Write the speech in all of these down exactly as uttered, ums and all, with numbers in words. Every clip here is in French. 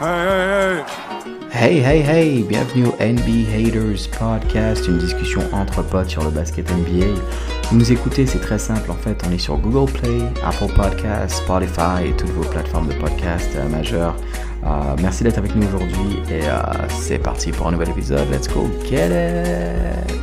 Hey, hey, hey, bienvenue au N B A Haters Podcast, une discussion entre potes sur le basket N B A. Vous nous écoutez, c'est très simple, en fait, on est sur Google Play, Apple Podcasts, Spotify et toutes vos plateformes de podcast euh, majeures. Euh, merci d'être avec nous aujourd'hui et euh, c'est parti pour un nouvel épisode. Let's go, get it!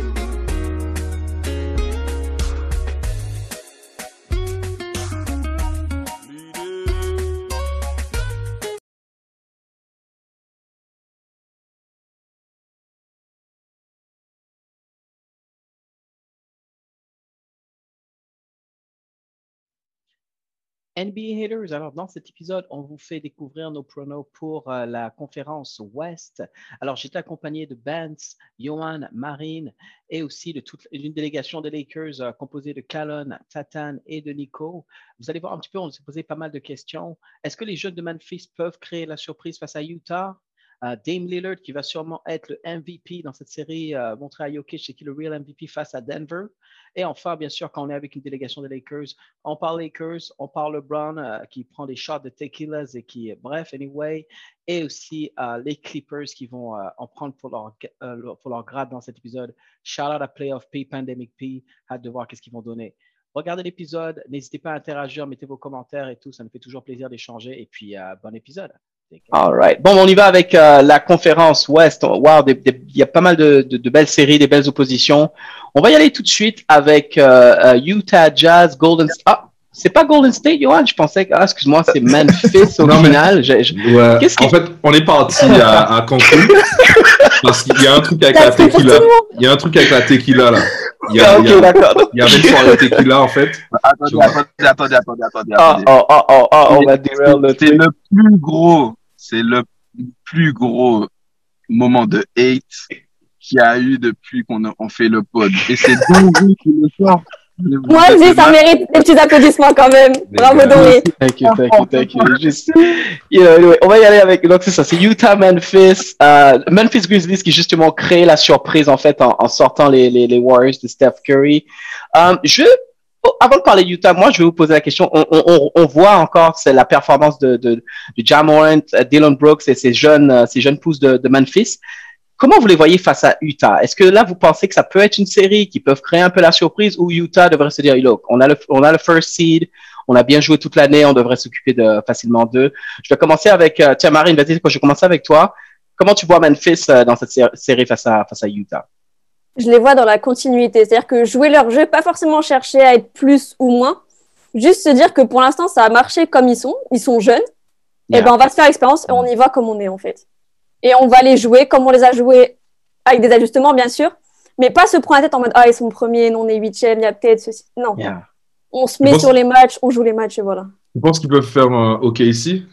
N B A Haters, alors dans cet épisode, on vous fait découvrir nos pronos pour euh, la conférence Ouest. Alors, j'étais accompagné de Bance, Johan, Marine et aussi de toute une délégation de Lakers euh, composée de Calonne, Tatan et de Nico. Vous allez voir un petit peu, on s'est posé pas mal de questions. Est-ce que les jeunes de Memphis peuvent créer la surprise face à Utah? Uh, Dame Lillard, qui va sûrement être le M V P dans cette série, euh, montrer à Jokic c'est qui le real M V P face à Denver. Et enfin, bien sûr, quand on est avec une délégation des Lakers, on parle Lakers, on parle LeBron euh, qui prend des shots de tequilas et qui, bref, anyway, et aussi euh, les Clippers qui vont euh, en prendre pour leur, euh, pour leur grade dans cet épisode. Shout out à Playoff P, Pandemic P, hâte de voir qu'est-ce qu'ils vont donner. Regardez l'épisode, n'hésitez pas à interagir, mettez vos commentaires et tout, ça nous fait toujours plaisir d'échanger. Et puis, euh, bon épisode. All right. Bon, on y va avec euh, la conférence Ouest. Wow, il y a pas mal de, de, de belles séries, des belles oppositions. On va y aller tout de suite avec euh, euh, Utah Jazz, Golden State. Ah, c'est pas Golden State, Johan. Je pensais que, ah, excuse-moi, c'est Memphis au non, final. Mais, je, je... Ouais. Qu'est-ce en que... fait, on est parti à, à Cancun parce qu'il y a un truc avec la tequila. Il y a un truc avec la tequila là. Il y a, okay, il y a, d'accord. Il y avait une soirée tequila en fait. Attendez, attendez, attendez, attendez, attendez. Oh, oh, oh, oh, oh, on va derail le C'est le plus gros, c'est le plus gros moment de hate qu'il y a eu depuis qu'on a, on fait le pod. Et c'est Dory qui le sort. Moi, je dis, ça mérite des petits applaudissements quand même. Bravo, Dory. Thank you, thank you, thank you. Juste, you know, anyway, on va y aller avec, donc c'est ça, c'est Utah, Memphis, euh, Memphis Grizzlies qui justement crée la surprise en fait en, en sortant les, les, les Warriors de Steph Curry. Euh, je, avant de parler de Utah, moi je vais vous poser la question. On, on, on voit encore c'est la performance de, de, de Ja Morant, Dillon Brooks et ces jeunes, ces jeunes pousses de, de Memphis. Comment vous les voyez face à Utah? Est-ce que là, vous pensez que ça peut être une série qui peuvent créer un peu la surprise ou Utah devrait se dire, look, on a le, on a le first seed, on a bien joué toute l'année, on devrait s'occuper de facilement d'eux. Je vais commencer avec, euh, tiens, Marine, vas-y, quand je vais commencer avec toi. Comment tu vois Memphis euh, dans cette série face à, face à Utah? Je les vois dans la continuité. C'est-à-dire que jouer leur jeu, pas forcément chercher à être plus ou moins, juste se dire que pour l'instant, ça a marché comme ils sont, ils sont jeunes, yeah. Et ben on va se faire l'expérience et on y va comme on est en fait. Et on va les jouer comme on les a joués, avec des ajustements, bien sûr, mais pas se prendre la tête en mode « Ah, ils sont premiers, non, on est huitième, il y a peut-être ceci. » Non. Yeah. On se met penses... sur les matchs, on joue les matchs et voilà. Tu penses qu'ils peuvent faire euh, OK ici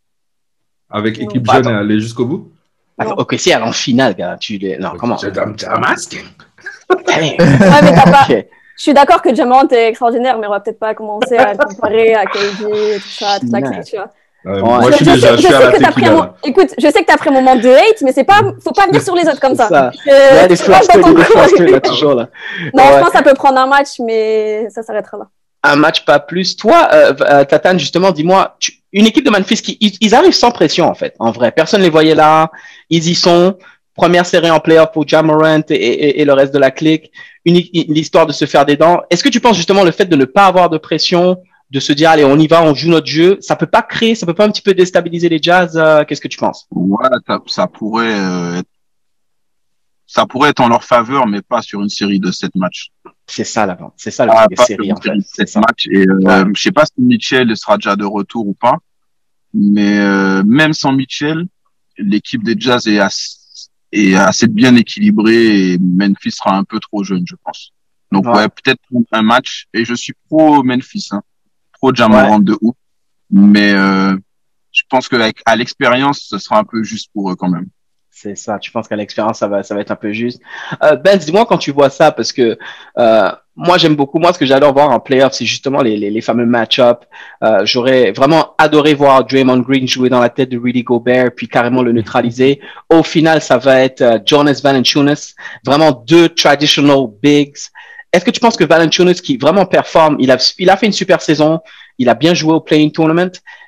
avec non. équipe jeune et aller jusqu'au bout? OK, si, alors en finale, gars. Tu les... Non, comment? I'm asking. Ouais, mais t'as pas... Okay. Je suis d'accord que Ja Morant est extraordinaire, mais on va peut-être pas commencer à le comparer à K D, tout ça, toute la clique, tu vois. Euh, ouais, moi, je, je suis déjà, je, je suis à la tequila. Mon... Écoute, je sais que t'as pris un moment de hate, mais c'est pas, faut pas venir sur les autres comme ça. ça. Il y a des flashbacks là, toujours là. Non, ouais. Je pense que ça peut prendre un match, mais ça s'arrêtera là. Un match, pas plus. Toi, euh, euh, Tatane, justement, dis-moi, tu... une équipe de Memphis qui, ils, ils arrivent sans pression, en fait, en vrai. Personne les voyait là. Ils y sont. Première série en playoff pour Ja Morant et, et, et le reste de la clique. Une, une, l'histoire de se faire des dents. Est-ce que tu penses justement le fait de ne pas avoir de pression, de se dire, allez, on y va, on joue notre jeu, ça peut pas créer, ça peut pas un petit peu déstabiliser les Jazz, euh, qu'est-ce que tu penses? Ouais, ça, ça pourrait, euh, être, ça pourrait être en leur faveur, mais pas sur une série de sept matchs. C'est ça, là, c'est ça, le ah, truc des séries, en fait. sept matchs, et, euh, ouais. Je sais pas si Mitchell sera déjà de retour ou pas, mais, euh, même sans Mitchell, l'équipe des Jazz est assez, est assez bien équilibrée et Memphis sera un peu trop jeune, je pense. Donc, ouais, ouais peut-être un match, et je suis pro Memphis, hein. Pro Ja Morant ouais. de ouf, mais euh, je pense qu'avec à l'expérience, ce sera un peu juste pour eux quand même. C'est ça, tu penses qu'à l'expérience, ça va, ça va être un peu juste. Euh, Ben, dis-moi quand tu vois ça, parce que euh, moi, j'aime beaucoup. Moi, ce que j'adore voir en playoff, c'est justement les, les, les fameux match-up. Euh, j'aurais vraiment adoré voir Draymond Green jouer dans la tête de Rudy Gobert, puis carrément le neutraliser. Au final, ça va être euh, Jonas Valanciunas, vraiment deux traditional bigs. Est-ce que tu penses que Valanciunas, qui vraiment performe, il a, il a fait une super saison, il a bien joué au Play-in Tournament.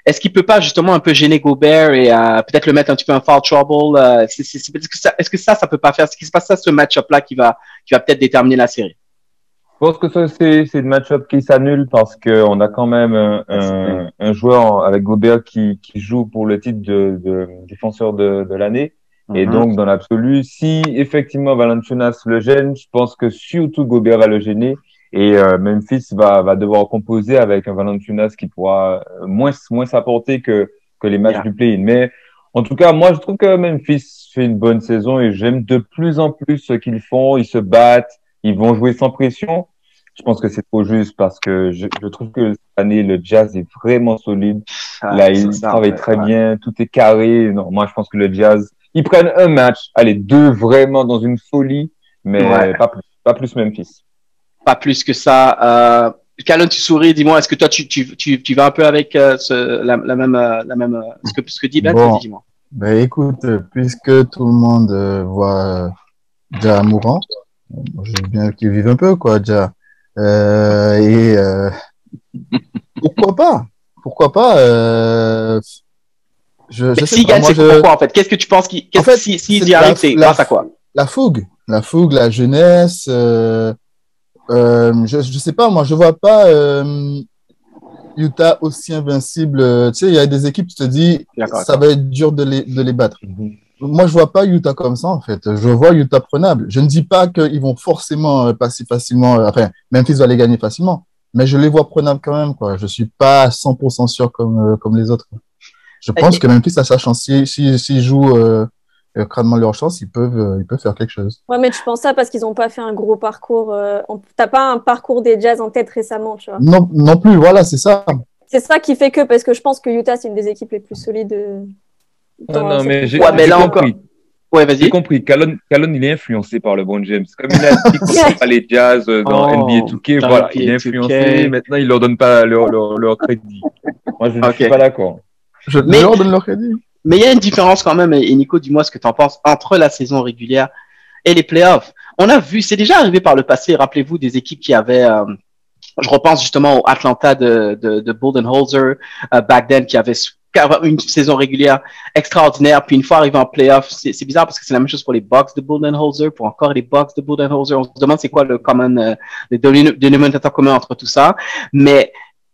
est-ce qu'il peut pas justement un peu gêner Gobert et euh, peut-être le mettre un petit peu en foul trouble? Euh, c'est, c'est, c'est, est-ce que ça, est-ce que ça, ça peut pas faire? Est-ce que c'est pas ça, ce match-up-là qui va, qui va peut-être déterminer la série? Je pense que ça, c'est, c'est le match-up qui s'annule parce qu'on a quand même un, un, un joueur avec Gobert qui, qui joue pour le titre de, de défenseur de, de l'année. Mm-hmm. Et donc, dans l'absolu, si effectivement Valanciunas le gêne, je pense que surtout Gobert va le gêner. Et euh, Memphis va, va devoir composer avec un Valanciunas qui pourra moins, moins s'apporter que, que les matchs yeah. du play-in. Mais en tout cas, moi, je trouve que Memphis fait une bonne saison et j'aime de plus en plus ce qu'ils font. Ils se battent. Ils vont jouer sans pression. Je pense que c'est trop juste parce que je, je trouve que cette année, le Jazz est vraiment solide. Ah, Là, ils travaillent en fait, très ouais. bien. Tout est carré. Non, moi, je pense que le Jazz, ils prennent un match. Allez, deux vraiment dans une folie, mais ouais. pas plus. Pas plus Memphis. Pas plus que ça. Euh, Calonne, tu souris. Dis-moi, est-ce que toi, tu, tu, tu, tu vas un peu avec euh, ce, la, la même, la même, ce que, ce que dit Ben? Bon, dis-moi. Ben, écoute, puisque tout le monde euh, voit Ja mourant, je veux bien qu'il vive un peu, quoi, Ja. Euh, et euh, pourquoi pas? Pourquoi pas? Euh, je, je sais si pas. Moi, c'est je... pourquoi en fait? Qu'est-ce que tu penses qu'il, qu'est-ce en fait, si, si il y arrive, c'est grâce à quoi? La fougue, la fougue, la jeunesse. Euh, euh, je, je sais pas. Moi, je vois pas euh, Utah aussi invincible. Tu sais, il y a des équipes, tu te dis, ça va être dur de les de les battre. Mm-hmm. Moi, je vois pas Utah comme ça, en fait. Je vois Utah prenable. Je ne dis pas qu'ils vont forcément passer facilement. Enfin, Memphis va les gagner facilement. Mais je les vois prenables quand même, quoi. Je suis pas cent pour cent sûr comme, comme les autres. Je pense que Memphis a sa chance. S'ils si, si, si jouent euh, crânement leur chance, ils peuvent, euh, ils peuvent faire quelque chose. Ouais, mais tu penses ça parce qu'ils n'ont pas fait un gros parcours. Euh, on... T'as pas un parcours des Jazz en tête récemment, tu vois. Non, non plus, voilà, c'est ça. C'est ça qui fait que, parce que je pense que Utah, c'est une des équipes les plus solides. Non, non, mais j'ai, ouais, mais là compris. Encore... Ouais, vas-y. J'ai compris. Calonne, Calonne, il est influencé par le bon James. Comme il a dit qu'on ne pas les Jazz dans oh, N B A deux K, voilà, il est influencé. Maintenant, il leur donne pas leur, leur, leur crédit. Moi, je ne okay. suis pas d'accord. Je mais, leur donne leur crédit. Mais il y a une différence quand même, et Nico, dis-moi ce que tu en penses, entre la saison régulière et les playoffs. On a vu, c'est déjà arrivé par le passé, rappelez-vous, des équipes qui avaient... Euh, je repense justement au Atlanta de, de, de Budenholzer, uh, back then, qui avait une saison régulière extraordinaire, puis une fois arrivé en playoff, c'est, c'est bizarre parce que c'est la même chose pour les Bucks de Budenholzer, pour encore les Bucks de Budenholzer. On se demande c'est quoi le common, euh, le dénominateur commun entre tout ça. Mais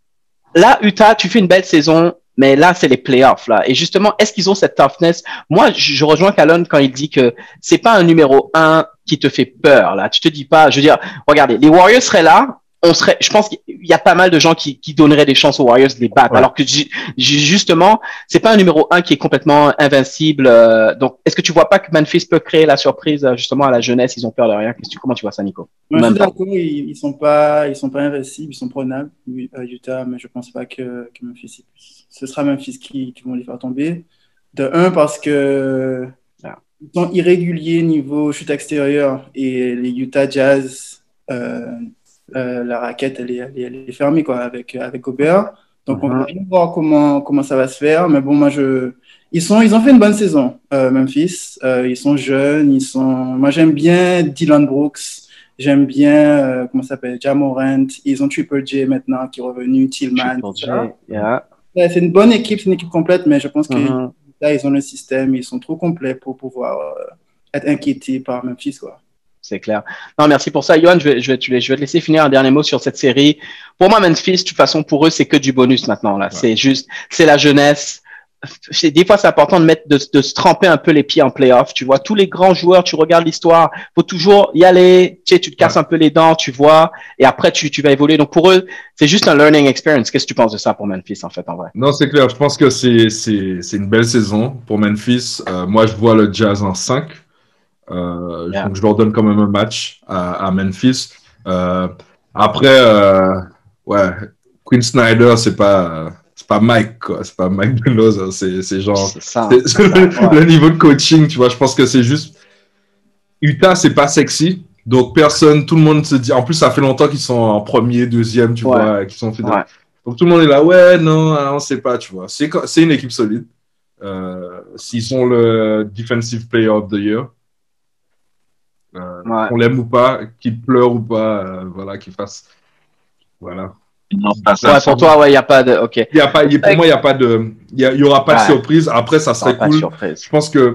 là, Utah, tu fais une belle saison, mais là, c'est les playoffs, là. Et justement, est-ce qu'ils ont cette toughness? Moi, je, je rejoins Calonne quand il dit que c'est pas un numéro un qui te fait peur, là. Tu te dis pas, je veux dire, regardez, les Warriors seraient là, on serait, je pense qu'il y a pas mal de gens qui, qui donneraient des chances aux Warriors de les battre. Ouais. Alors que justement, c'est pas un numéro un qui est complètement invincible. Euh, donc, est-ce que tu vois pas que Memphis peut créer la surprise justement à la jeunesse? Ils ont peur de rien. Comment tu vois ça, Nico? Moi, je suis d'accord. Ils, ils sont pas, ils sont pas invincibles. Ils sont prenables. Euh, Utah, mais je pense pas que, que Memphis. Ce sera Memphis qui, qui vont les faire tomber. De un parce que ah. ils sont irréguliers niveau chute extérieure et les Utah Jazz. Euh, Euh, la raquette elle est, elle est, elle est fermée quoi, avec, avec Gobert. Donc uh-huh. on va bien voir comment, comment ça va se faire. Mais bon, moi, je... ils, sont, ils ont fait une bonne saison, euh, Memphis. Euh, ils sont jeunes. Ils sont... Moi, j'aime bien Dylan Brooks. J'aime bien, euh, comment ça s'appelle, Ja Morant. Ils ont Triple J maintenant qui est revenu, Tillman. Yeah. Ouais, c'est une bonne équipe, c'est une équipe complète, mais je pense que uh-huh. là, ils ont le système. Ils sont trop complets pour pouvoir euh, être inquiétés par Memphis, quoi. C'est clair. Non, merci pour ça. Yohan, je vais, je, vais te, je vais te laisser finir un dernier mot sur cette série. Pour moi, Memphis, de toute façon, pour eux, c'est que du bonus maintenant. Là, ouais. C'est juste, c'est la jeunesse. C'est, des fois, c'est important de mettre, de, de se tremper un peu les pieds en playoff. Tu vois, tous les grands joueurs, tu regardes l'histoire, faut toujours y aller. Tu sais, tu te casses ouais. un peu les dents, tu vois, et après, tu, tu vas évoluer. Donc, pour eux, c'est juste un learning experience. Qu'est-ce que tu penses de ça pour Memphis, en fait, en vrai? Non, c'est clair. Je pense que c'est, c'est, c'est une belle saison pour Memphis. Euh, moi, je vois le Jazz en cinq. Euh, yeah. Donc je leur donne quand même un match à, à Memphis. Euh, après, euh, ouais, Quinn Snyder, c'est pas, c'est pas Mike, quoi. C'est pas Mike Budenholzer. C'est, c'est genre, c'est ça, c'est, c'est le, ouais. le niveau de coaching, tu vois. Je pense que c'est juste Utah, c'est pas sexy. Donc personne, tout le monde se dit. En plus, ça fait longtemps qu'ils sont en premier, deuxième, tu ouais. vois, qu'ils sont fait. Ouais. Donc tout le monde est là, ouais, non, on sait pas, tu vois. C'est, c'est une équipe solide. Euh, s'ils sont le Defensive Player of the Year. Euh, ouais. Qu'on l'aime ou pas, qu'il pleure ou pas, euh, voilà, qu'il fasse. Voilà. Non, ça, ça, ouais, pour toi, ouais, il n'y a pas de. Ok. Il y a pas, pour moi, il n'y a pas de. Il y, y aura pas ouais. de surprise. Après, ça serait cool. Je pense que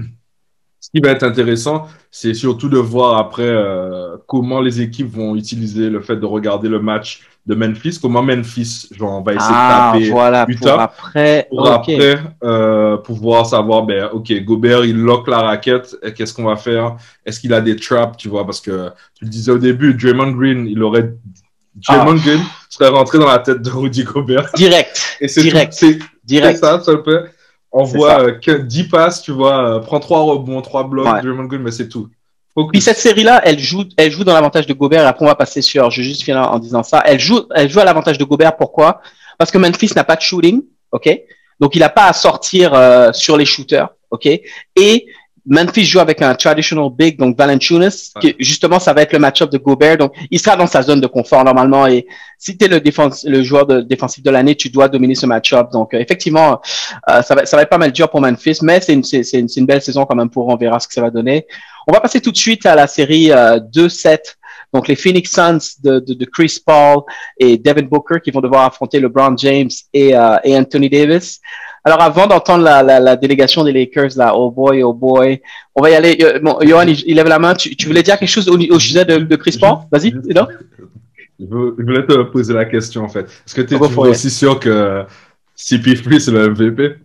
ce qui va être intéressant, c'est surtout de voir après euh, comment les équipes vont utiliser le fait de regarder le match de Memphis, comment Memphis genre, va essayer ah, de taper voilà, Utah. Pour après, pour okay. après euh, pouvoir savoir, ben, OK, Gobert, il lock la raquette, qu'est-ce qu'on va faire? Est-ce qu'il a des traps, tu vois? Parce que tu le disais au début, Draymond Green, il aurait... Draymond ah. Green serait rentré dans la tête de Rudy Gobert. Direct. Et c'est direct. C'est direct. ça, ça peut. On voit euh, dix passes, tu vois, euh, prend trois rebonds, trois blocs, ouais. Draymond Green, mais c'est tout. Focus. Puis cette série-là, elle joue, elle joue dans l'avantage de Gobert. Et après, on va passer sur, je vais juste finir en disant ça. Elle joue, elle joue à l'avantage de Gobert. Pourquoi? Parce que Memphis n'a pas de shooting, ok? Donc, il n'a pas à sortir euh, sur les shooters, ok? Et Memphis joue avec un traditional big, donc Valanciunas, ouais. qui justement, ça va être le match-up de Gobert. Donc, il sera dans sa zone de confort normalement. Et si tu es le, défense, le joueur de, défensif de l'année, tu dois dominer ce match-up. Donc, euh, effectivement, euh, ça, va, ça va être pas mal dur pour Memphis, mais c'est une, c'est, c'est une, c'est une belle saison quand même pour eux. On verra ce que ça va donner. On va passer tout de suite à la série euh, deux sept. Donc, les Phoenix Suns de, de, de Chris Paul et Devin Booker qui vont devoir affronter LeBron James et, euh, et Anthony Davis. Alors, avant d'entendre la, la, la délégation des Lakers, là, oh boy, oh boy, on va y aller. Bon, Johan, il, il lève la main. Tu, tu voulais dire quelque chose au, au sujet de, de Chris Paul? Vas-y, c'est là. Je voulais te poser la question, en fait. Est-ce que tu es toujours aussi sûr que C P trois, c'est le M V P?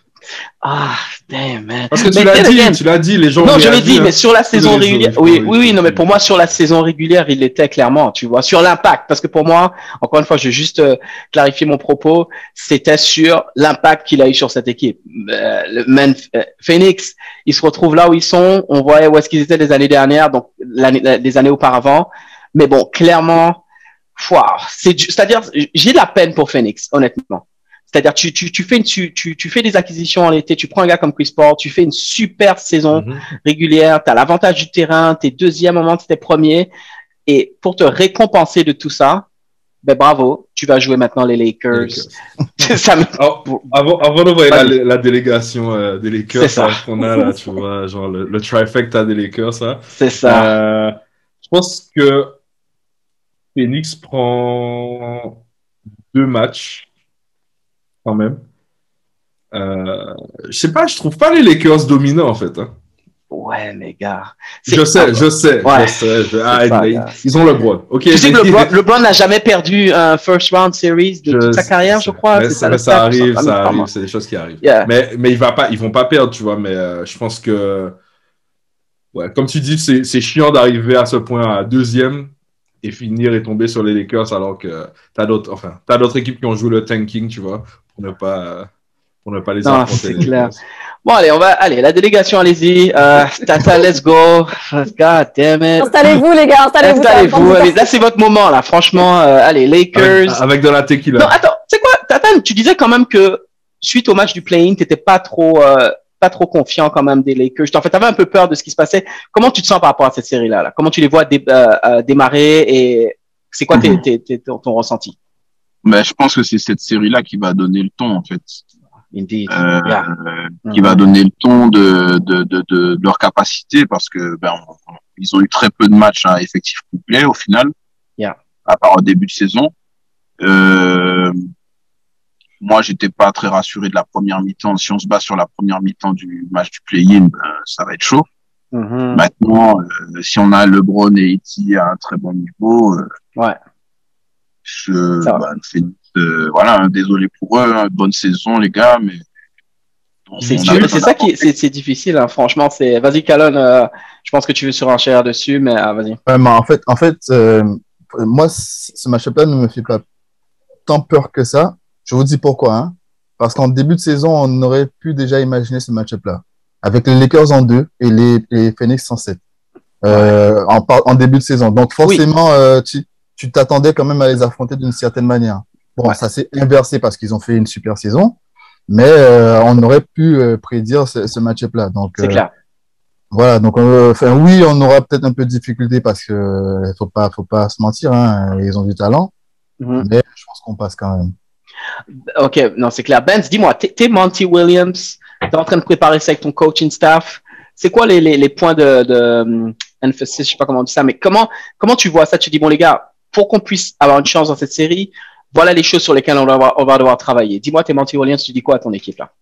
Ah, damn, man. Parce que tu l'as dit, again. tu l'as dit, les gens. Non, je l'ai dit, hein. Mais sur la saison régulière. Oui, oui, oui, non, mais pour moi, sur la saison régulière, il l'était clairement, tu vois. Sur l'impact, parce que pour moi, encore une fois, je vais juste euh, clarifier mon propos, c'était sur l'impact qu'il a eu sur cette équipe. Euh, le Man, euh, Phoenix, ils se retrouvent là où ils sont. On voyait où est-ce qu'ils étaient les années dernières, donc l'année, les années auparavant. Mais bon, clairement, wow, c'est, c'est-à-dire, j'ai de la peine pour Phoenix, honnêtement. C'est-à-dire, tu, tu, tu, fais une, tu, tu, tu fais des acquisitions en été, tu prends un gars comme Chris Paul, tu fais une super saison mm-hmm. régulière, tu as l'avantage du terrain, tu es deuxième au moment, tu es premier. Et pour te récompenser de tout ça, ben bravo, tu vas jouer maintenant les Lakers. Lakers. ça oh, avant, avant d'envoyer la, la délégation euh, des Lakers ça. Ça, qu'on a là, tu vois, genre le, le trifecta des Lakers, ça. C'est ça. Euh, je pense que Phoenix prend deux matchs. Quand même. Euh, je sais pas, je trouve pas les Lakers dominants en fait. Hein. Ouais, mais gars. Je sais, je sais, ouais. je sais, je... Ah, ça, ils, ils ont LeBron. Okay, tu sais que LeBron, LeBron n'a jamais perdu un first round series de je... toute sa carrière, je crois. Mais, ça, mais ça arrive, ça, ça arrive, c'est des choses qui arrivent. Yeah. Mais, mais il va pas, ils vont pas perdre, tu vois. Mais euh, je pense que, ouais, comme tu dis, c'est, c'est chiant d'arriver à ce point à deuxième et finir et tomber sur les Lakers alors que t'as d'autres, enfin, t'as d'autres équipes qui ont joué le tanking, tu vois. Pour ne pas, pour ne pas les non, affronter. C'est les clair. Bon, allez, on va, allez, la délégation, allez-y. Euh, Tata, let's go. God damn it. Installez-vous, les gars, installez-vous. Installez-vous. Allez, là, c'est votre moment, là. Franchement, euh, allez, Lakers. Avec, avec de la tequila. Non, attends, c'est quoi, Tata, tu disais quand même que suite au match du play-in, t'étais pas trop, euh, pas trop confiant quand même des Lakers. En fait, t'avais un peu peur de ce qui se passait. Comment tu te sens par rapport à cette série-là, là? Comment tu les vois dé, euh, euh, démarrer et c'est quoi mm-hmm. tes, tes, tes, ton, ton ressenti? Ben, je pense que c'est cette série-là qui va donner le ton, en fait. Indeed. Euh, yeah. Qui mm-hmm. va donner le ton de, de, de, de, de leur capacité parce que, ben, on, ils ont eu très peu de matchs à effectif complet, au final. Yeah. À part au début de saison. Euh, moi, j'étais pas très rassuré de la première mi-temps. Si on se base sur la première mi-temps du match du play-in, ben, ça va être chaud. Mm-hmm. Maintenant, euh, si on a LeBron et E T à un très bon niveau, euh, ouais. Je, bah, fait, euh, voilà, hein, désolé pour eux, hein, bonne saison les gars, mais on, c'est, on c'est ça qui c'est, c'est difficile, hein, franchement. C'est vas-y, Calonne, euh, je pense que tu veux surenchérir dessus, mais euh, vas-y. Ouais, mais en fait, en fait, euh, moi, ce match-up-là ne me fait pas tant peur que ça. Je vous dis pourquoi, hein. Parce qu'en début de saison, on aurait pu déjà imaginer ce match-up-là, avec les Lakers en deux et les, les Phoenix en sept, euh, ouais. en, en début de saison. Donc forcément, oui. euh, tu tu t'attendais quand même à les affronter d'une certaine manière. Bon, ouais. Ça s'est inversé parce qu'ils ont fait une super saison, mais euh, on aurait pu euh, prédire ce, ce match-up-là. Donc, c'est euh, clair. Voilà, donc enfin euh, oui, on aura peut-être un peu de difficulté parce que euh, faut pas, faut pas se mentir, hein, ils ont du talent, mm-hmm. mais je pense qu'on passe quand même. Ok, non, c'est clair. Benz, dis-moi, t'es, t'es Monty Williams, t'es en train de préparer ça avec ton coaching staff. C'est quoi les, les, les points de, de um, emphasis, je sais pas comment on dit ça, mais comment, comment tu vois ça? Tu dis, bon, les gars, pour qu'on puisse avoir une chance dans cette série, voilà les choses sur lesquelles on va devoir, on va devoir travailler. Dis-moi, t'es Monty Williams, tu dis quoi à ton équipe là?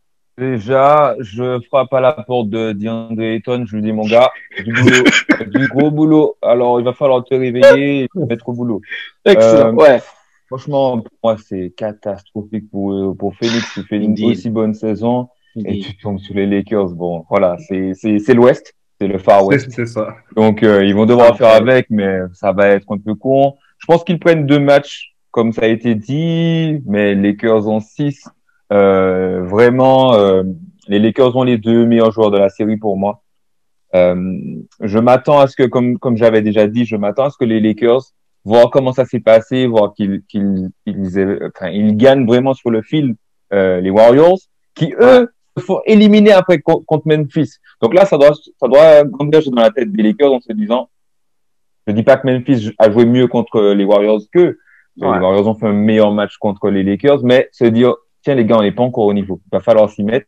Déjà, je frappe à la porte de DeAndre Ayton. Je lui dis, mon gars, du boulot, du gros boulot. Alors, il va falloir te réveiller et te mettre au boulot. Excellent, Euh, ouais. Franchement, pour moi, c'est catastrophique pour, pour Phoenix qui fait une Indeed. aussi bonne saison. Indeed. Et tu tombes sur les Lakers. Bon, voilà, c'est, c'est, c'est l'Ouest. C'est le Far West. C'est ça. Donc, euh, ils vont devoir ah, faire ouais. avec, mais ça va être un peu con. Je pense qu'ils prennent deux matchs, comme ça a été dit, mais les Lakers ont six. Euh, vraiment, euh, les Lakers ont les deux meilleurs joueurs de la série pour moi. Euh, je m'attends à ce que, comme, comme j'avais déjà dit, je m'attends à ce que les Lakers, voir comment ça s'est passé, voir qu'ils, qu'ils, ils, aient, enfin, ils gagnent vraiment sur le fil, euh, les Warriors, qui eux, se font éliminer après contre Memphis. Donc là, ça doit, ça doit grandir dans la tête des Lakers en se disant, je dis pas que Memphis a joué mieux contre les Warriors qu'eux. Ouais. Les Warriors ont fait un meilleur match contre les Lakers, mais se dire, tiens, les gars, on n'est pas encore au niveau. Il va falloir s'y mettre.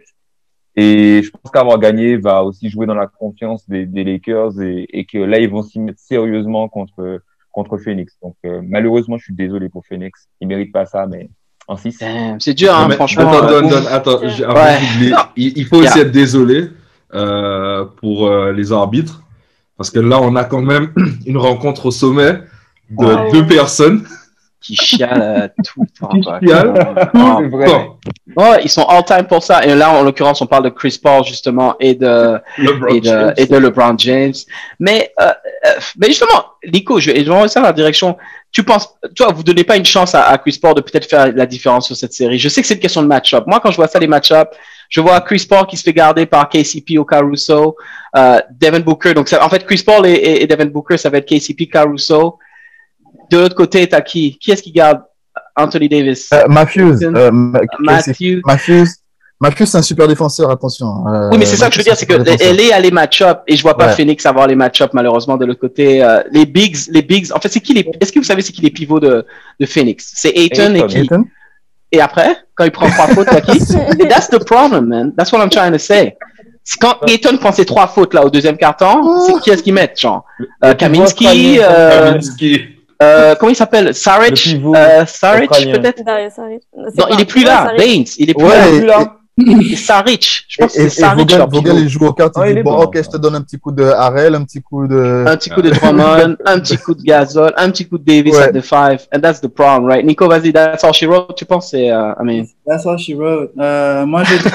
Et je pense qu'avoir gagné va aussi jouer dans la confiance des, des Lakers et, et que là, ils vont s'y mettre sérieusement contre, contre Phoenix. Donc, euh, malheureusement, je suis désolé pour Phoenix. Ils méritent pas ça, mais en six. C'est dur, hein, mais, franchement. Attends, donne, donne, attends. J'ai, ouais. il, il faut aussi yeah. être désolé, euh, pour, euh, les arbitres. Parce que là, on a quand même une rencontre au sommet de wow. deux personnes. Qui chialent tout le temps. Qui chialent. Oh, c'est vrai. Oh, ils sont all-time pour ça. Et là, en l'occurrence, on parle de Chris Paul, justement, et de, et de, et de LeBron James. Mais, euh, mais justement, Nico, je, je vais envoyer ça dans la direction. Tu penses, toi, vous donnez pas une chance à, à Chris Paul de peut-être faire la différence sur cette série. Je sais que c'est une question de match-up. Moi, quand je vois ça, les match-up, je vois Chris Paul qui se fait garder par K C P ou Caruso, euh, Devin Booker. Donc, ça, en fait, Chris Paul et, et, et Devin Booker, ça va être K C P, Caruso. De l'autre côté, t'as qui? Qui est-ce qui garde Anthony Davis? Euh, Matthews. Euh, Matthews. Matthews. Matthews, c'est un super défenseur, attention. Euh, oui, mais c'est ça que je veux dire, c'est que L A a les match-up et je vois pas ouais. Phoenix avoir les match-up, malheureusement, de l'autre côté. Euh, les bigs, les bigs. En fait, c'est qui les, est-ce que vous savez c'est qui les pivots de, de Phoenix? C'est Ayton, Ayton et qui? Ayton. Et après, quand il prend trois fautes, t'as qui? That's the problem, man. That's what I'm trying to say. C'est quand Ayton prend ses trois fautes, là, au deuxième quart-temps, c'est qui est-ce qu'ils mettent, genre? Euh, Kaminsky, euh, Kaminsky. Euh, comment il s'appelle? Saric? Euh, Saric, peut-être? Non, il est plus là. Baines, il est plus ouais, là. Et Saric, je pense que c'est Saric. Vogel, il joue aux cartes, il dit, bon, ok, je te donne un petit coup de Harrell, un petit coup de... Un petit coup de Drummond, un petit coup de Gasol, un petit coup de Davis ouais. at the five, and that's the problem, right? Nico, vas-y, that's all she wrote, tu penses, c'est, uh, I mean... That's all she wrote. Euh, moi, je...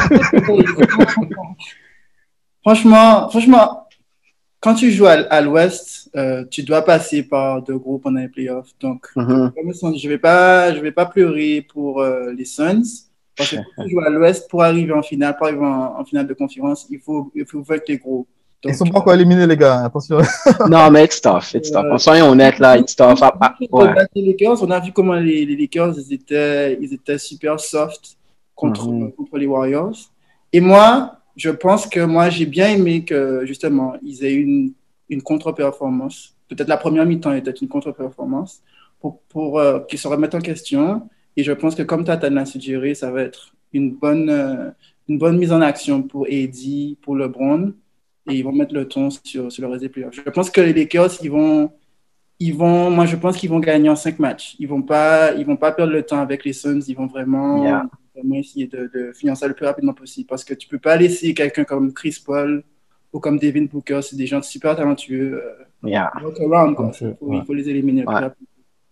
franchement, franchement, quand tu joues à, à l'Ouest, euh, tu dois passer par deux groupes pendant les playoffs. Donc, mm-hmm. je vais pas, je vais pas pleurer pour euh, les Suns. Parce que quand tu joues à l'Ouest, pour arriver en finale, pour arriver en, en finale de conférence, il faut, il faut vaincre les gros. Donc, ils sont pas encore éliminés, les gars. Attention. Non, mais it's tough. It's tough. Euh, soyons honnêtes, là, it's tough. Ah, ah, ouais. Les Lakers, on a vu comment les, les Lakers, ils étaient, ils étaient super soft contre, mm-hmm. contre les Warriors. Et moi, je pense que moi, j'ai bien aimé que, justement, ils aient une, une contre-performance. Peut-être la première mi-temps était une contre-performance pour, pour euh, qu'ils se remettent en question. Et je pense que, comme Tata l'a suggéré, ça va être une bonne, euh, une bonne mise en action pour A D, pour LeBron. Et ils vont mettre le ton sur, sur le reste des playoffs. Je pense que les Lakers, ils vont, ils vont, moi, je pense qu'ils vont gagner en cinq matchs. Ils vont pas, ils vont pas perdre le temps avec les Suns. Ils vont vraiment... Yeah. Vraiment essayer de, de finir ça le plus rapidement possible parce que tu peux pas laisser quelqu'un comme Chris Paul ou comme Devin Booker, c'est des gens super talentueux. Euh, yeah. around, quoi. Il, faut, ouais. il faut les éliminer le plus ouais. rapidement.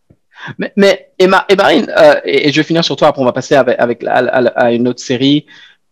Mais, mais et, Ma, et Marine, euh, et, et je vais finir sur toi, après on va passer avec, avec la, à, à une autre série.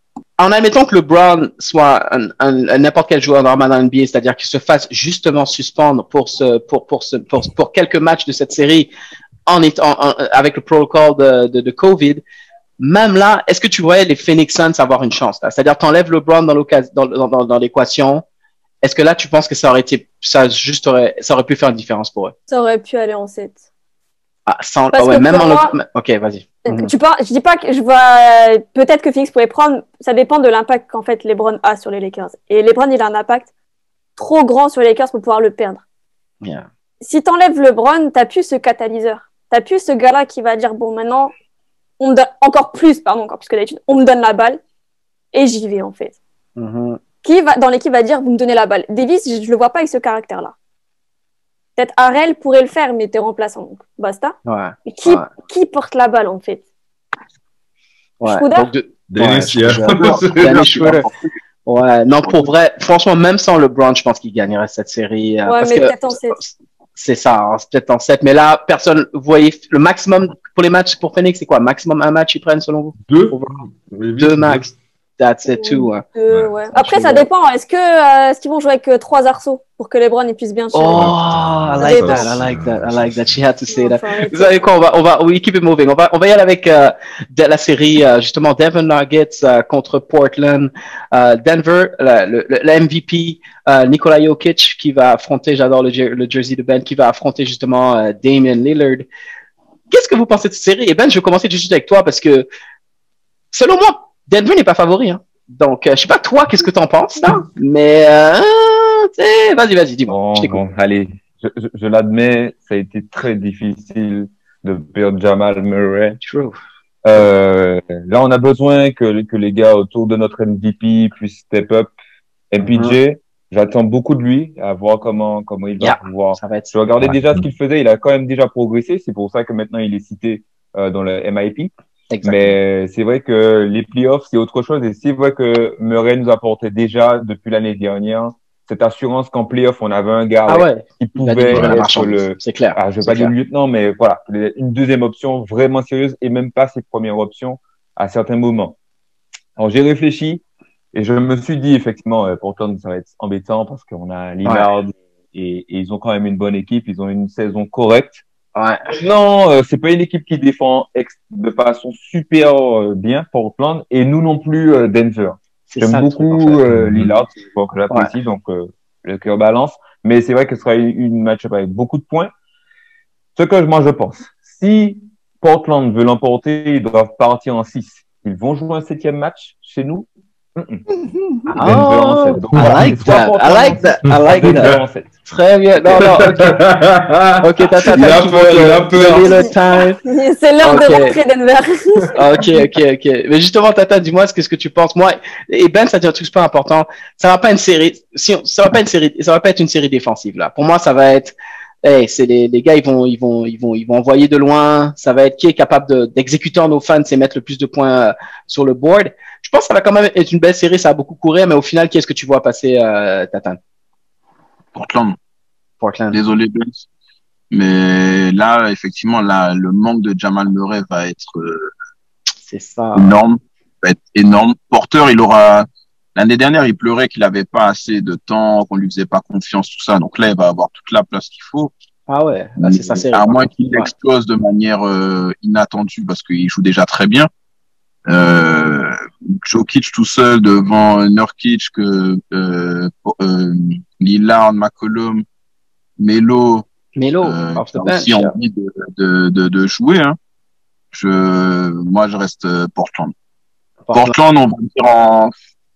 En admettant que LeBron soit un, un, un, n'importe quel joueur normal dans N B A, c'est-à-dire qu'il se fasse justement suspendre pour, ce, pour, pour, ce, pour, pour quelques matchs de cette série en étant, en, avec le protocole de, de, de COVID, même là, est-ce que tu voyais les Phoenix Suns avoir une chance là? C'est-à-dire, t'enlèves LeBron dans, dans, dans, dans l'équation. Est-ce que là, tu penses que ça aurait été, ça juste aurait, ça aurait pu faire une différence pour eux? Ça aurait pu aller en sept. Ah, sans, oh ouais, même en moi, le... Ok, vas-y. Tu penses, je dis pas que je vois, peut-être que Phoenix pourrait prendre, ça dépend de l'impact qu'en fait LeBron a sur les Lakers. Et LeBron, il a un impact trop grand sur les Lakers pour pouvoir le perdre. Yeah. Si t'enlèves LeBron, t'as plus ce catalyseur. T'as plus ce gars-là qui va dire, bon, maintenant, on me donne encore plus, pardon, encore plus que d'habitude, on me donne la balle et j'y vais en fait. Mm-hmm. Qui va dans l'équipe va dire vous me donnez la balle? Davis, je, je le vois pas avec ce caractère-là. peut-être Harrell pourrait le faire, mais t'es remplaçant, donc basta. Ouais. Et qui, ouais. qui porte la balle, en fait? Ouais. Schroeder? Donc, de... Dennis, ouais, yeah. Schroeder. Dennis Schroeder. Ouais, non, pour vrai, franchement, même sans LeBron, je pense qu'il gagnerait cette série. euh, Ouais, parce mais que peut-être en sept. c'est ça, hein, c'est peut-être en sept. Mais là, personne, vous voyez, le maximum pour les matchs pour Phoenix, c'est quoi? Maximum un match ils prennent selon vous? Deux. Deux, deux max. That's it too. Hein. Euh, ouais. Après, ça dépend. Est-ce que euh, est-ce qu'ils vont jouer avec euh, trois arceaux pour que LeBron puisse bien tirer? Oh, I Ça like dépend. that. I like that. I like that. She had to say Non, that. faut arrêter. Vous savez quoi? On va, on va, we keep it moving. On va, on va y aller avec euh, de la série euh, justement Denver Nuggets euh, contre Portland. Euh, Denver, le, le, le M V P euh, Nikola Jokic qui va affronter, j'adore le, le jersey de Ben, qui va affronter justement euh, Damian Lillard. Qu'est-ce que vous pensez de cette série? Et Ben, je vais commencer tout de suite avec toi parce que selon moi, Denver n'est pas favori. Hein. Donc, euh, je sais pas toi, qu'est-ce que t'en penses là? Mais euh, vas-y, vas-y, dis-moi. Bon, je t'écoute. bon, allez, je, je, je l'admets, ça a été très difficile de perdre Jamal Murray. True. Euh, là, on a besoin que, que les gars autour de notre M V P puissent step up. M P J, mm-hmm. J'attends beaucoup de lui, à voir comment comment il va yeah, pouvoir. Ça va être... Je regardais ouais. déjà ce qu'il faisait, il a quand même déjà progressé. C'est pour ça que maintenant il est cité euh, dans le M I P. Exactement. Mais c'est vrai que les playoffs, c'est autre chose. Et c'est vrai que Murray nous apportait déjà, depuis l'année dernière, cette assurance qu'en playoff, on avait un gars ah ouais. qui pouvait être le... C'est clair. Ah, je vais pas dire le lieutenant, mais voilà. Une deuxième option vraiment sérieuse et même pas ses premières options à certains moments. Alors, j'ai réfléchi et je me suis dit, effectivement, euh, Portland, ça va être embêtant parce qu'on a Lillard ouais. et, et ils ont quand même une bonne équipe. Ils ont une saison correcte. Ouais. Non, euh, c'est pas une équipe qui défend ex- de façon super euh, bien Portland et nous non plus euh, Denver. C'est J'aime beaucoup truc, en fait. euh, Lillard, c'est bon, que j'apprécie, ouais. donc euh, le cœur balance. Mais c'est vrai que ce sera une, une match-up avec beaucoup de points. Ce que moi je pense, si Portland veut l'emporter, ils doivent partir en six. Ils vont jouer un septième match chez nous. Mm-mm. Oh, Donc, I like that. I like that. I like that. Très bien. Non, non, ok. Ok, t'as, t'as, t'as, tu veux le time. C'est l'heure okay. de rentrer Denver. ok, ok, ok. Mais justement, Tata, dis-moi ce que, ce que tu penses. Moi, et Ben, ça dit un truc super important. Ça va pas une série, si on, ça va pas une série, ça va pas être une série défensive, là. Pour moi, ça va être, hey, c'est les, les gars, ils vont, ils vont, ils vont, ils vont envoyer de loin. Ça va être qui est capable de, d'exécuter en offense et mettre le plus de points euh, sur le board. Je pense que ça va quand même être une belle série, ça va beaucoup courir, mais au final, qui est-ce que tu vois passer, euh, Tatan? Portland. Portland. Désolé, Ben. Mais là, effectivement, là, le manque de Jamal Murray va être euh, c'est ça. énorme. Va être énorme. Porter, il aura. L'année dernière, il pleurait qu'il n'avait pas assez de temps, qu'on lui faisait pas confiance, tout ça. Donc là, il va avoir toute la place qu'il faut. Ah ouais, là, c'est ça, c'est à moins qu'il ouais. explose de manière euh, inattendue, parce qu'il joue déjà très bien. Euh, Jokic tout seul devant Nurkic, que euh, euh, Lillard, McCollum, Melo, Melo euh, qui a aussi bench, envie de, de, de, de jouer. Hein. Je, moi, je reste Portland. Portland, Portland on va dire en...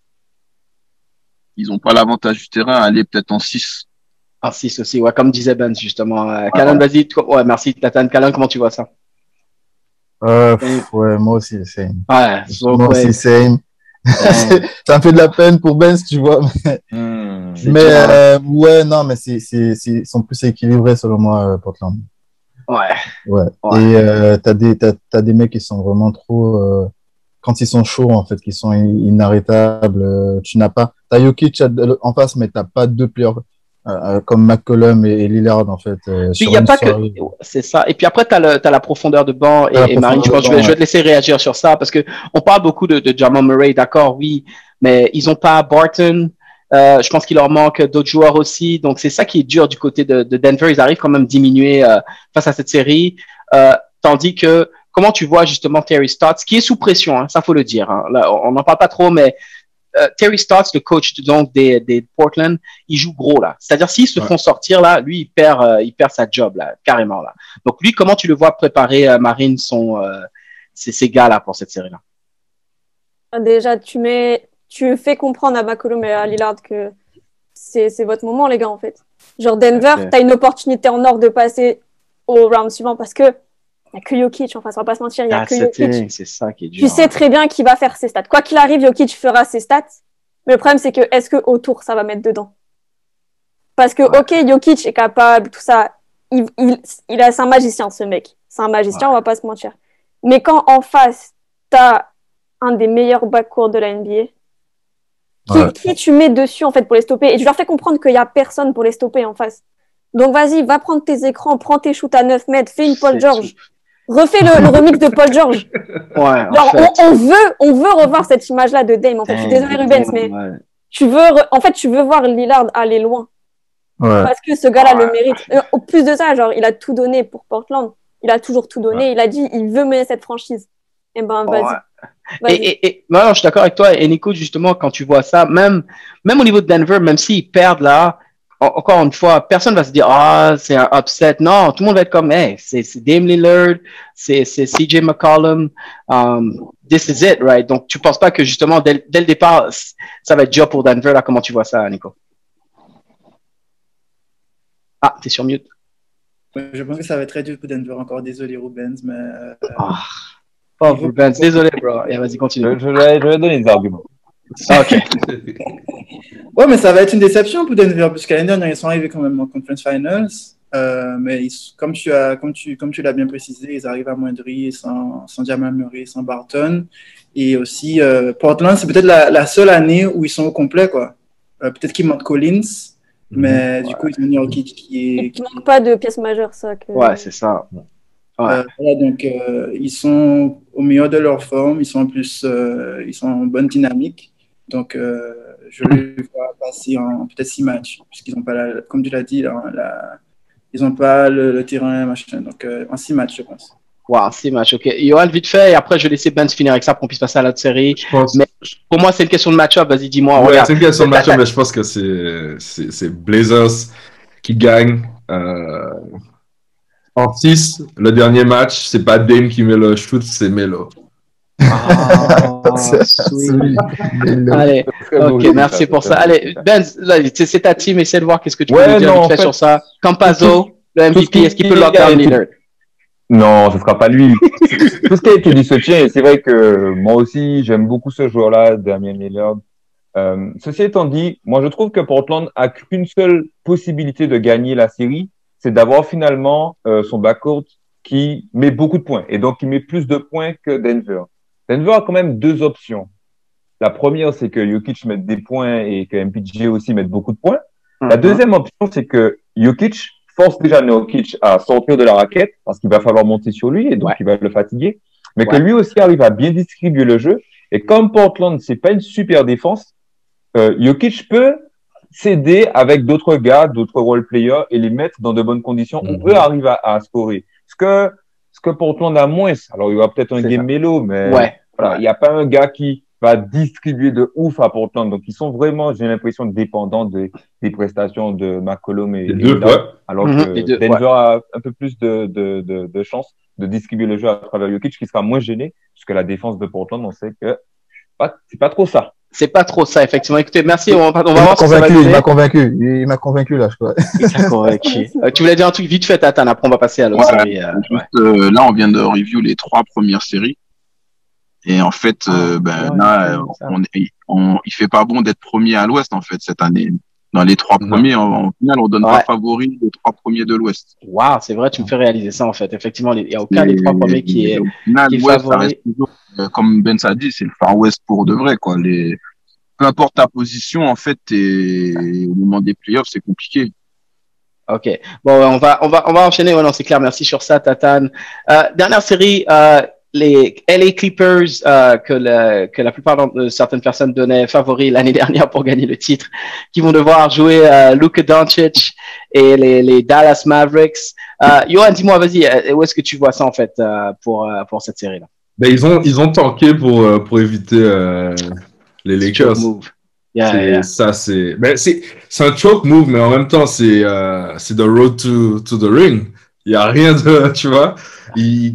Ils ont pas l'avantage du terrain, aller peut-être en six. En six aussi, ouais, comme disait Ben, justement. Euh, Callan, ah, vas-y. Toi, ouais, merci, Tatan. Callan, comment tu vois ça? Euh, pff, ouais, moi aussi, same. Ouais, so moi ouais. aussi, same. Ça me fait de la peine pour Ben, si tu vois. Mais, mmh, mais euh, ouais, non, mais c'est, c'est, c'est, ils sont plus équilibrés, selon moi, Portland. Ouais. Ouais. ouais. Et euh, t'as des, t'as, t'as des mecs qui sont vraiment trop... Euh, quand ils sont chauds, en fait, qui sont inarrêtables, euh, tu n'as pas... T'as Jokic en face, mais t'as pas deux players euh, comme McCollum et, et Lillard, en fait. Euh, puis, il y a pas soirée. que... C'est ça. Et puis après, t'as, le, t'as la profondeur de banc. Et, et Marine, je, pense, je, vais, ouais. je vais te laisser réagir sur ça, parce que on parle beaucoup de, de Jamal Murray, d'accord, oui, mais ils ont pas Barton. Euh, je pense qu'il leur manque d'autres joueurs aussi. Donc, c'est ça qui est dur du côté de, de Denver. Ils arrivent quand même à diminuer euh, face à cette série. Euh, tandis que, comment tu vois justement Terry Stotts, qui est sous pression, hein, ça faut le dire. Hein. Là, on n'en parle pas trop, mais euh, Terry Stotts, le coach donc des, des Portland, il joue gros là. C'est-à-dire s'ils se ouais. font sortir là, lui il perd, euh, il perd sa job là, carrément là. Donc lui, comment tu le vois préparer euh, Marine son, euh, ces, ces gars là pour cette série là? Déjà, tu mets, tu fais comprendre à McCollum et à Lillard que c'est, c'est votre moment les gars en fait. Genre Denver, okay. T'as une opportunité en or de passer au round suivant parce que il n'y a que Jokic, enfin, ça va pas se mentir, il n'y a ah, que Jokic. C'est ça qui est dur. Tu sais très bien qu'il va faire ses stats. Quoi qu'il arrive, Jokic fera ses stats. Mais le problème, c'est que est-ce que autour, ça va mettre dedans? Parce que, ouais. ok, Jokic est capable, tout ça. Il, il, il a, c'est un magicien, ce mec. C'est un magicien, ouais. on va pas se mentir. Mais quand en face, t'as un des meilleurs backcourts de la N B A, qui, ouais. qui tu mets dessus, en fait, pour les stopper? Et tu leur fais comprendre qu'il y a personne pour les stopper en face. Donc, vas-y, va prendre tes écrans, prends tes shoots à neuf mètres, fais une Paul George. Refais le, le remix de Paul George. Ouais, Genre, en fait. on, on, veut, on veut revoir cette image-là de Dame. En fait, je suis désolée, Rubens, mais ouais. tu veux, re... en fait, tu veux voir Lillard aller loin. Ouais. Parce que ce gars-là ouais. le mérite. Au plus de ça, genre, il a tout donné pour Portland. Il a toujours tout donné. Ouais. Il a dit, il veut mener cette franchise. Eh ben, vas-y. Ouais. Vas-y. Et, et, et non, je suis d'accord avec toi. Et Nico, justement, quand tu vois ça, même, même au niveau de Denver, même s'ils perdent là, encore une fois, personne va se dire, ah, c'est un upset. Non, tout le monde va être comme, hey, c'est, c'est Dame Lillard, c'est, c'est C J McCollum, um, this is it, right? Donc, tu penses pas que justement, dès, dès le départ, ça va être dur pour Denver, là? Comment tu vois ça, Nico? Ah, t'es sur mute. Je pense que ça va être très dur pour Denver encore. Désolé, Rubens, mais. Euh, oh, oh Rubens, désolé, bro. Yeah, vas-y, continue. Je, je, vais, je vais donner des arguments. Ah, ok. Ouais, mais ça va être une déception pour Denver, parce qu'à l'année dernière, ils sont arrivés quand même en Conference Finals. Euh, mais ils, comme, tu as, comme, tu, comme tu l'as bien précisé, ils arrivent à Moindry sans, sans Jamal Murray, sans Barton. Et aussi, euh, Portland, c'est peut-être la, la seule année où ils sont au complet, quoi. Euh, peut-être qu'il manque Collins. Mais mmh, du ouais. coup, ils ont Jokic qui est. Il ne manque pas de pièces majeures, ça. Que... Ouais, c'est ça. Ouais. Euh, voilà, donc, euh, ils sont au meilleur de leur forme. Ils sont en plus, euh, ils sont en bonne dynamique. Donc, euh, je les vois passer en peut-être six matchs, puisqu'ils n'ont pas, la, comme tu l'as dit, la, la, ils n'ont pas le, le terrain, machin. Donc, euh, en six matchs, je pense. Wow, six matchs, ok. Johan, vite fait, et après, je vais laisser Ben finir avec ça pour qu'on puisse passer à l'autre série. Je pense... Mais pour moi, c'est une question de match-up. Vas-y, dis-moi. Ouais, c'est une question de match-up, mais je pense que c'est, c'est, c'est Blazers qui gagne. Euh... En six, le dernier match, c'est pas Dame qui met le shoot, c'est Melo. Ah, sweet. Allez, ok, merci pour ça. Allez, Ben, c'est ta team, essaie de voir qu'est-ce que tu ouais, peux nous dire non, vite fait sur ça. Campazzo, le M V P, est-ce qu'il peut lock down Lillard? Non, ce ne sera pas lui. Tout ce qui a été dit se tient, et c'est vrai que moi aussi, j'aime beaucoup ce joueur-là, Damian Lillard. Euh, ceci étant dit, moi je trouve que Portland a qu'une seule possibilité de gagner la série, c'est d'avoir finalement euh, son backcourt qui met beaucoup de points, et donc qui met plus de points que Denver. Denver a quand même deux options. La première, c'est que Jokic mette des points et que M P J aussi mette beaucoup de points. Mm-hmm. La deuxième option, c'est que Jokic force déjà Jokic à sortir de la raquette parce qu'il va falloir monter sur lui et donc ouais. il va le fatiguer, mais ouais. que lui aussi arrive à bien distribuer le jeu. Et comme Portland, c'est pas une super défense, euh, Jokic peut s'aider avec d'autres gars, d'autres role players et les mettre dans de bonnes conditions mm-hmm. où eux arrivent à, à scorer. Ce que, ce que Portland a moins, alors il y aura peut-être un c'est game mélo, mais ouais. voilà, il n'y a pas un gars qui va distribuer de ouf à Portland. Donc, ils sont vraiment, j'ai l'impression, dépendants de, des prestations de McCollum et, les deux, et ouais. alors mm-hmm, que deux, Denver ouais. a un peu plus de, de, de, de chance de distribuer le jeu à travers Jokic, qui sera moins gêné, puisque la défense de Portland, on sait que pas, c'est pas trop ça. C'est pas trop ça, effectivement. Écoutez, merci. On va, on va il voir m'a si ça va convaincu, il m'a convaincu. Il m'a convaincu, là, je crois. Il t'a convaincu. euh, tu voulais dire un truc vite fait, Tatane. Après, on va passer à l'autre ouais, série. Euh, juste, ouais. euh, là, on vient de review les trois premières séries. Et en fait, ah, euh, ben, ouais, là, on, on, on, il fait pas bon d'être premier à l'Ouest, en fait, cette année. Dans les trois premiers, en, en final, on donne ouais. pas favori les trois premiers de l'Ouest. Waouh, c'est vrai, tu me fais réaliser ça, en fait. Effectivement, il n'y a aucun et, des trois premiers qui est, final, qui est ouais, favori. Ça reste toujours, euh, comme Ben a dit, c'est le Far West pour de vrai, quoi. Les, peu importe ta position, en fait, et au moment des playoffs, c'est compliqué. Ok, bon, on va, on va, on va enchaîner. Ouais, non, c'est clair. Merci sur ça, Tatane. Euh, dernière série, euh, les L A Clippers, euh, que, la, que la plupart de certaines personnes donnaient favoris l'année dernière pour gagner le titre, qui vont devoir jouer euh, Luka Doncic et les, les Dallas Mavericks. Euh, Johan, dis-moi, vas-y, où est-ce que tu vois ça en fait euh, pour euh, pour cette série-là? Ben ils ont ils ont tanké pour pour éviter euh, les Lakers. Yeah, c'est, yeah. Ça c'est, ben c'est c'est un choke move, mais en même temps c'est euh, c'est the road to to the ring. Il y a rien de, tu vois. Il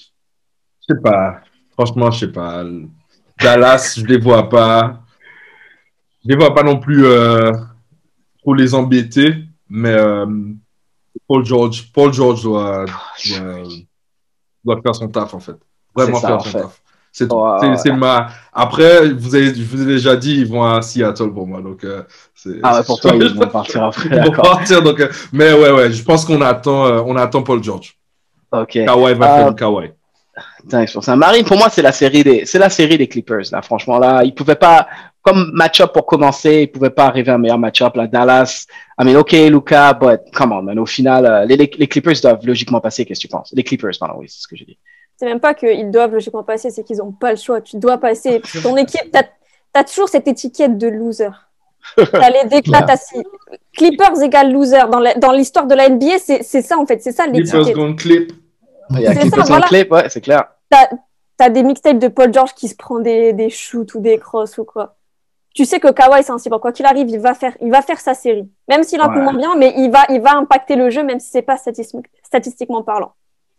Je sais pas. Franchement, je sais pas. Dallas, je les vois pas. Je les vois pas non plus euh, pour les embêter. Mais euh, Paul George, Paul George doit, doit, doit faire son taf, en fait. Vraiment ça, faire en son fait. taf. C'est tout. Ouais, c'est, ouais. c'est ma... Après, vous avez, je vous ai déjà dit, ils vont à Seattle pour moi. Donc, euh, c'est, Ah ouais, pour toi, ils vont partir après. Ils vont D'accord. partir. Donc, euh, mais ouais, ouais, je pense qu'on attend, euh, on attend Paul George. Ok. Kawhi va faire Euh, du Kawhi. Thanks pour ça. Marine, pour moi, c'est la série des, c'est la série des Clippers, là. Franchement, là, ils pouvaient pas, comme match-up pour commencer, ils pouvaient pas arriver à un meilleur match-up, là. Dallas, I mean, ok, Luka, but come on, man. Au final, euh, les, les, les Clippers doivent logiquement passer. Qu'est-ce que tu penses? Les Clippers, pardon, oui, c'est ce que j'ai dit. C'est même pas qu'ils doivent logiquement passer, c'est qu'ils n'ont pas le choix. Tu dois passer. Ton équipe, t'as as toujours cette étiquette de loser. T'as les déclats, t'as si... Clippers égale loser. Dans, la, dans l'histoire de la N B A, c'est, c'est ça en fait, c'est ça l'étiquette. Clippers gonna clip. Il y a C'est Clippers ça, voilà. clip, ouais, c'est clair. T'as, t'as des mixtapes de Paul George qui se prend des, des shoots ou des crosses ou quoi. Tu sais que Kawhi, c'est ainsi. Quoi qu'il arrive, il va faire, il va faire sa série. Même s'il a un Ouais. peu moins bien, mais il va, il va impacter le jeu, même si c'est pas statistique, statistiquement parlant.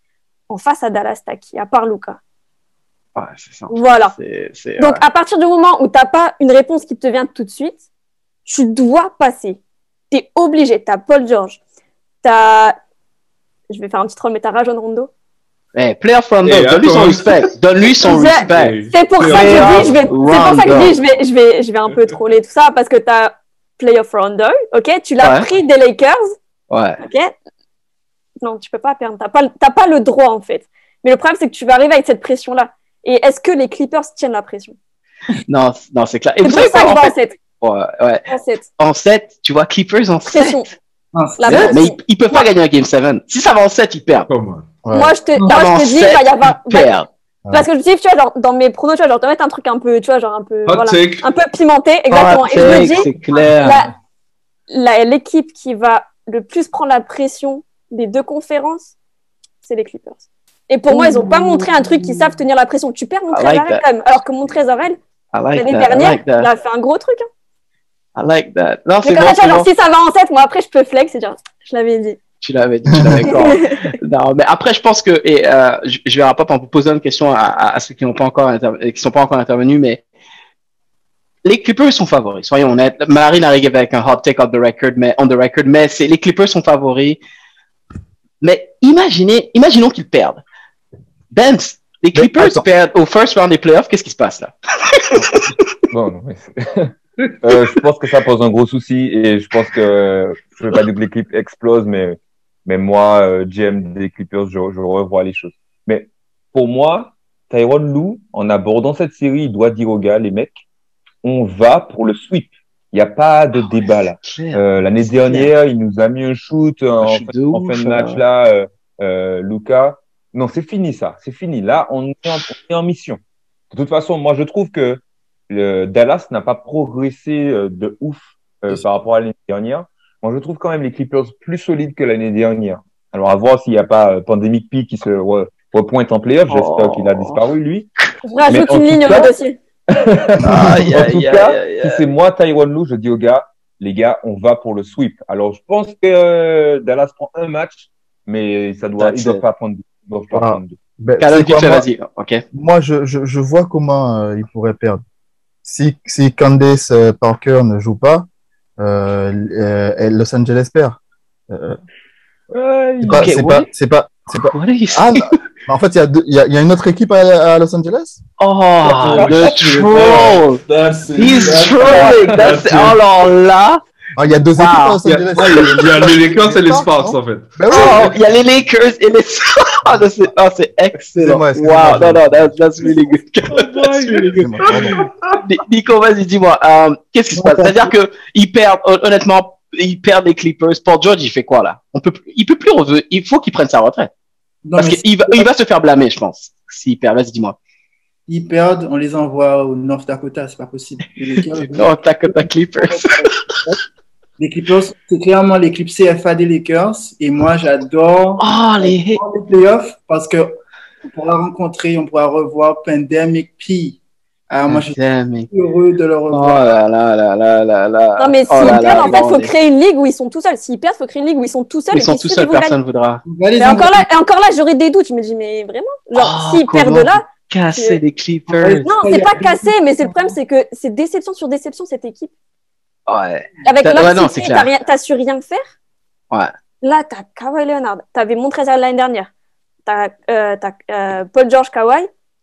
En face à Dallas, t'as qui? À part Luka. Ouais, c'est ça. Voilà. C'est, c'est, Donc, ouais. à partir du moment où t'as pas une réponse qui te vient tout de suite, tu dois passer. T'es obligé. T'as Paul George. T'as... Je vais faire un petit troll, mais t'as Rajon Rondo. Hey, player from Hey, donne-lui son attends. respect. Donne-lui son Je- respect. C'est pour ça que je dis, je vais, c'est pour ça que je dis, je vais, je vais, je vais un peu troller tout ça, parce que t'as Playoff Rondo, ok? Tu l'as Ouais. pris des Lakers, Ouais. ok? Non, tu peux pas perdre. T'as pas, t'as pas le droit, en fait. Mais le problème, c'est que tu vas arriver avec cette pression-là. Et est-ce que les Clippers tiennent la pression? Non, c- non, c'est clair. Et C'est vous pour savez ça que quoi, je en vais en fait, sept. ouais, ouais. En sept. En sept, tu vois, Clippers en Pression. sept. Ah, La Ouais, pression. mais ils, ils peuvent pas gagner un game sept. Si ça va en sept, ils perdent. Come on. Ouais. Moi, je te, Ça moi, va en je te dis, il sept, va y avoir. ils perdent. Parce que je dis, tu vois, genre, dans mes pronos, tu vois, genre, de mettre un truc un peu, tu vois, genre, un peu, Hot voilà, take. un peu pimenté, exactement. Hot Et je me take, dis, c'est clair. la- la- l'équipe qui va le plus prendre la pression des deux conférences, c'est les Clippers. Et pour moi, ils n'ont pas montré un truc qui savent tenir la pression. Tu perds I Montrezl like Harrell that. quand même, alors que Montrezl Harrell, I like l'année that. I dernière, like that. il a fait un gros truc. Hein. I like that. Non, c'est Mais bon, quand même, c'est genre, bon. si ça va en sept, moi après, je peux flex et dire, je l'avais dit. Tu l'avais dit, tu l'avais encore. Non, mais après, je pense que, et euh, je, je vais rappeler en vous posant une question à, à, à ceux qui n'ont pas encore inter- qui sont pas encore intervenus, mais les Clippers sont favoris. Soyons honnêtes. Marine arrive avec un hot take on the record, mais on the record, mais c'est les Clippers sont favoris. Mais imaginez, imaginons qu'ils perdent. Benz, les Clippers attends. perdent au first round des playoffs. Qu'est-ce qui se passe là? Bon, non, mais c'est- Euh, je pense que ça pose un gros souci et je pense que je veux pas dire que l'équipe explose, mais mais moi, euh, G M des Clippers, je, je revois les choses. Mais pour moi, Tyronn Lue, en abordant cette série, il doit dire aux gars, les mecs, on va pour le sweep. Il n'y a pas de débat là. Euh, l'année C'est dernière, il nous a mis un shoot en, shoot fin- de en ouf, fin de match euh. là, euh, euh, Luka. Non, c'est fini ça, c'est fini. Là, on est en, on est en mission. De toute façon, moi, je trouve que le Dallas n'a pas progressé euh, de ouf euh, par rapport à l'année dernière. Moi, je trouve quand même les Clippers plus solides que l'année dernière. Alors, à voir s'il n'y a pas euh, Pandemic P qui se re- repointe en playoff. J'espère Oh. qu'il a disparu, lui. Je rajoute Mais en une tout ligne cas- au dossier. Aïe, en aïe, tout aïe, cas, aïe, aïe. si c'est moi, Tyronn Lue, je dis aux gars, les gars, on va pour le sweep. Alors, je pense que euh, Dallas prend un match, mais ça doit, That's ils doivent it. pas prendre deux. Ils doivent pas Voilà. prendre deux. Ben, Calum, c'est vite quoi, fait, moi, vas-y. Ok. moi, je, je, je vois comment euh, ils pourraient perdre. Si, si Candace euh, Parker ne joue pas, euh, euh, et Los Angeles perd. Euh, Ouais, c'est il- pas, Ok, c'est what? pas, c'est pas, c'est pas. What are you Ah, saying? non. En fait, il y a deux- il y a, il y a une autre équipe à, à Los Angeles? Oh, Oh, le shit. troll! That's it. He's That's- trolling! That's, that's it. alors là, Ah, il y a deux Wow. équipes à Los Il y a, Angeles. il y a les Lakers et les Sparks, non? en fait. Ben oui. oh, il y a les Lakers et les. Ah, ça, c'est oh, c'est excellent. Excusez-moi, excusez-moi, Wow, non, je- non, that's, that's really good. That's really good. Excusez-moi, pardon. Ni- Nico, vas-y, dis-moi, euh, qu'est-ce qui se passe? C'est-à-dire que ils perdent, hon- honnêtement, ils perdent les Clippers. Paul George, il fait quoi là? On peut, plus- il peut plus revenir. Il faut qu'il prenne sa retraite Non, parce mais qu'il va, il va se faire blâmer, je pense. S'il perd, vas-y, dis-moi. s'ils perdent, on les envoie au North Dakota, c'est pas possible. Les Lakers, Non, t'as que ta Clippers. les Clippers, c'est clairement l'équipe C F A des Lakers. Et moi, j'adore Oh, les. les playoffs parce que on pourra rencontrer, on pourra revoir Pandemic P. Alors, moi, je suis Damn it. heureux de le Oh revoir. là là là là là là. Non, mais Oh s'ils là perdent, là, en fait, non, faut les- créer une ligue où ils sont tout seuls. S'ils perdent, faut créer une ligue où ils sont tout seuls. Ils et sont puis tout ceux seuls, qui vont personne ne voudra. On va les gagner. Et encore envoyer. là, et encore là, j'aurais des doutes. Je me dis, mais vraiment, genre, Oh, s'ils perdent comment là, Casser tu- les Clippers. non, c'est pas cassé, mais c'est le problème, c'est que c'est déception sur déception cette équipe. Ouais. Avec Ouais, leur non, City, c'est clair. t'as rien, t'as su rien faire. Ouais. Là, t'as Kawhi Leonard, t'avais Montrezl l'année dernière, t'as, euh, t'as euh, Paul George, Kawhi.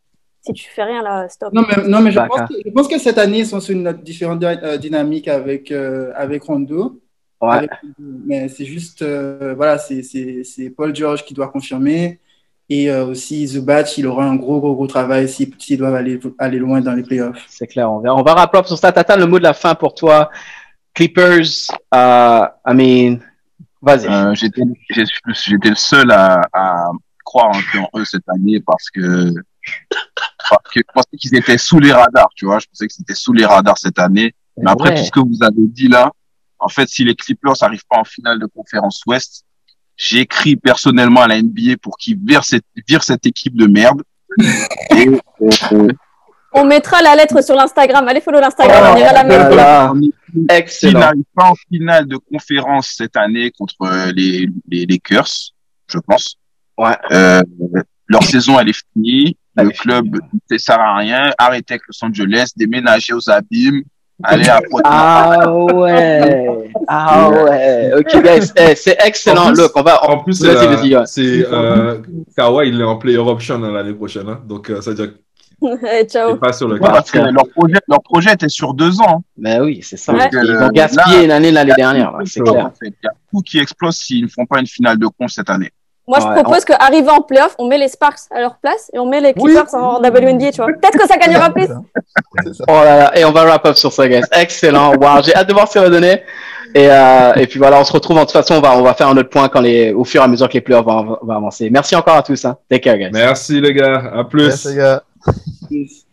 si tu fais rien là, stop. Non, mais, non, mais je, pense que, je pense que cette année, ils sont sur une différente euh, dynamique avec, euh, avec Rondo. Ouais. Avec, mais c'est juste, euh, voilà, c'est Paul George qui doit confirmer. Et euh, aussi, Zubac, il aura un gros, gros, gros travail s'ils si, doivent aller, aller loin dans les playoffs. C'est clair, on verra. On va rappeler sur ça. Tata, le mot de la fin pour toi. Clippers, uh, I mean, vas-y. Euh, J'étais le seul à, à croire un peu en eux cette année parce que, parce que je pensais qu'ils étaient sous les radars, tu vois. Je pensais que c'était sous les radars cette année. Mais après, ouais. tout ce que vous avez dit là, en fait, si les Clippers n'arrivent pas en finale de conférence Ouest, j'ai écrit personnellement à la N B A pour qu'ils virent cette, virent cette équipe de merde. Et, euh, on mettra la lettre sur l'Instagram. Allez, follow l'Instagram, oh, on ira la mettre. Voilà. Excellent. S'ils n'arrivent pas en finale de conférence cette année contre les, les Lakers, je pense. Ouais. Euh, leur saison, elle est finie. Elle le est club ne sert à rien. Arrêtez avec Los Angeles, déménager aux abîmes. Allez à Ah ouais, ah ouais. Ok guys, hey, c'est excellent. Plus, Look, on va. En plus, c'est euh, Kawhi, il est en player option l'année prochaine, hein, donc euh, ça veut dire hey, ciao. Pas sur le ouais, parce que leur projet, leur projet était sur deux ans. Ben oui, c'est ça. Ouais. Ils ont gaspillé une année l'année dernière, c'est clair. Il y a tout qui explose s'ils ne font pas une finale de conf cette année. Moi, je ouais, propose on... qu'arrivant en playoff, on met les Sparks à leur place et on met les Clippers oui. en W N B A, tu vois. Peut-être que ça gagnera plus. Oh là là, et on va wrap up sur ça, guys. Excellent. Wow, j'ai hâte de voir ce que ça va donner. Et, euh, et puis voilà, on se retrouve. De toute façon, on va, on va faire un autre point quand les, au fur et à mesure que les playoffs vont, vont avancer. Merci encore à tous. Hein. Take care, guys. Merci, les gars. À plus. Merci, les gars.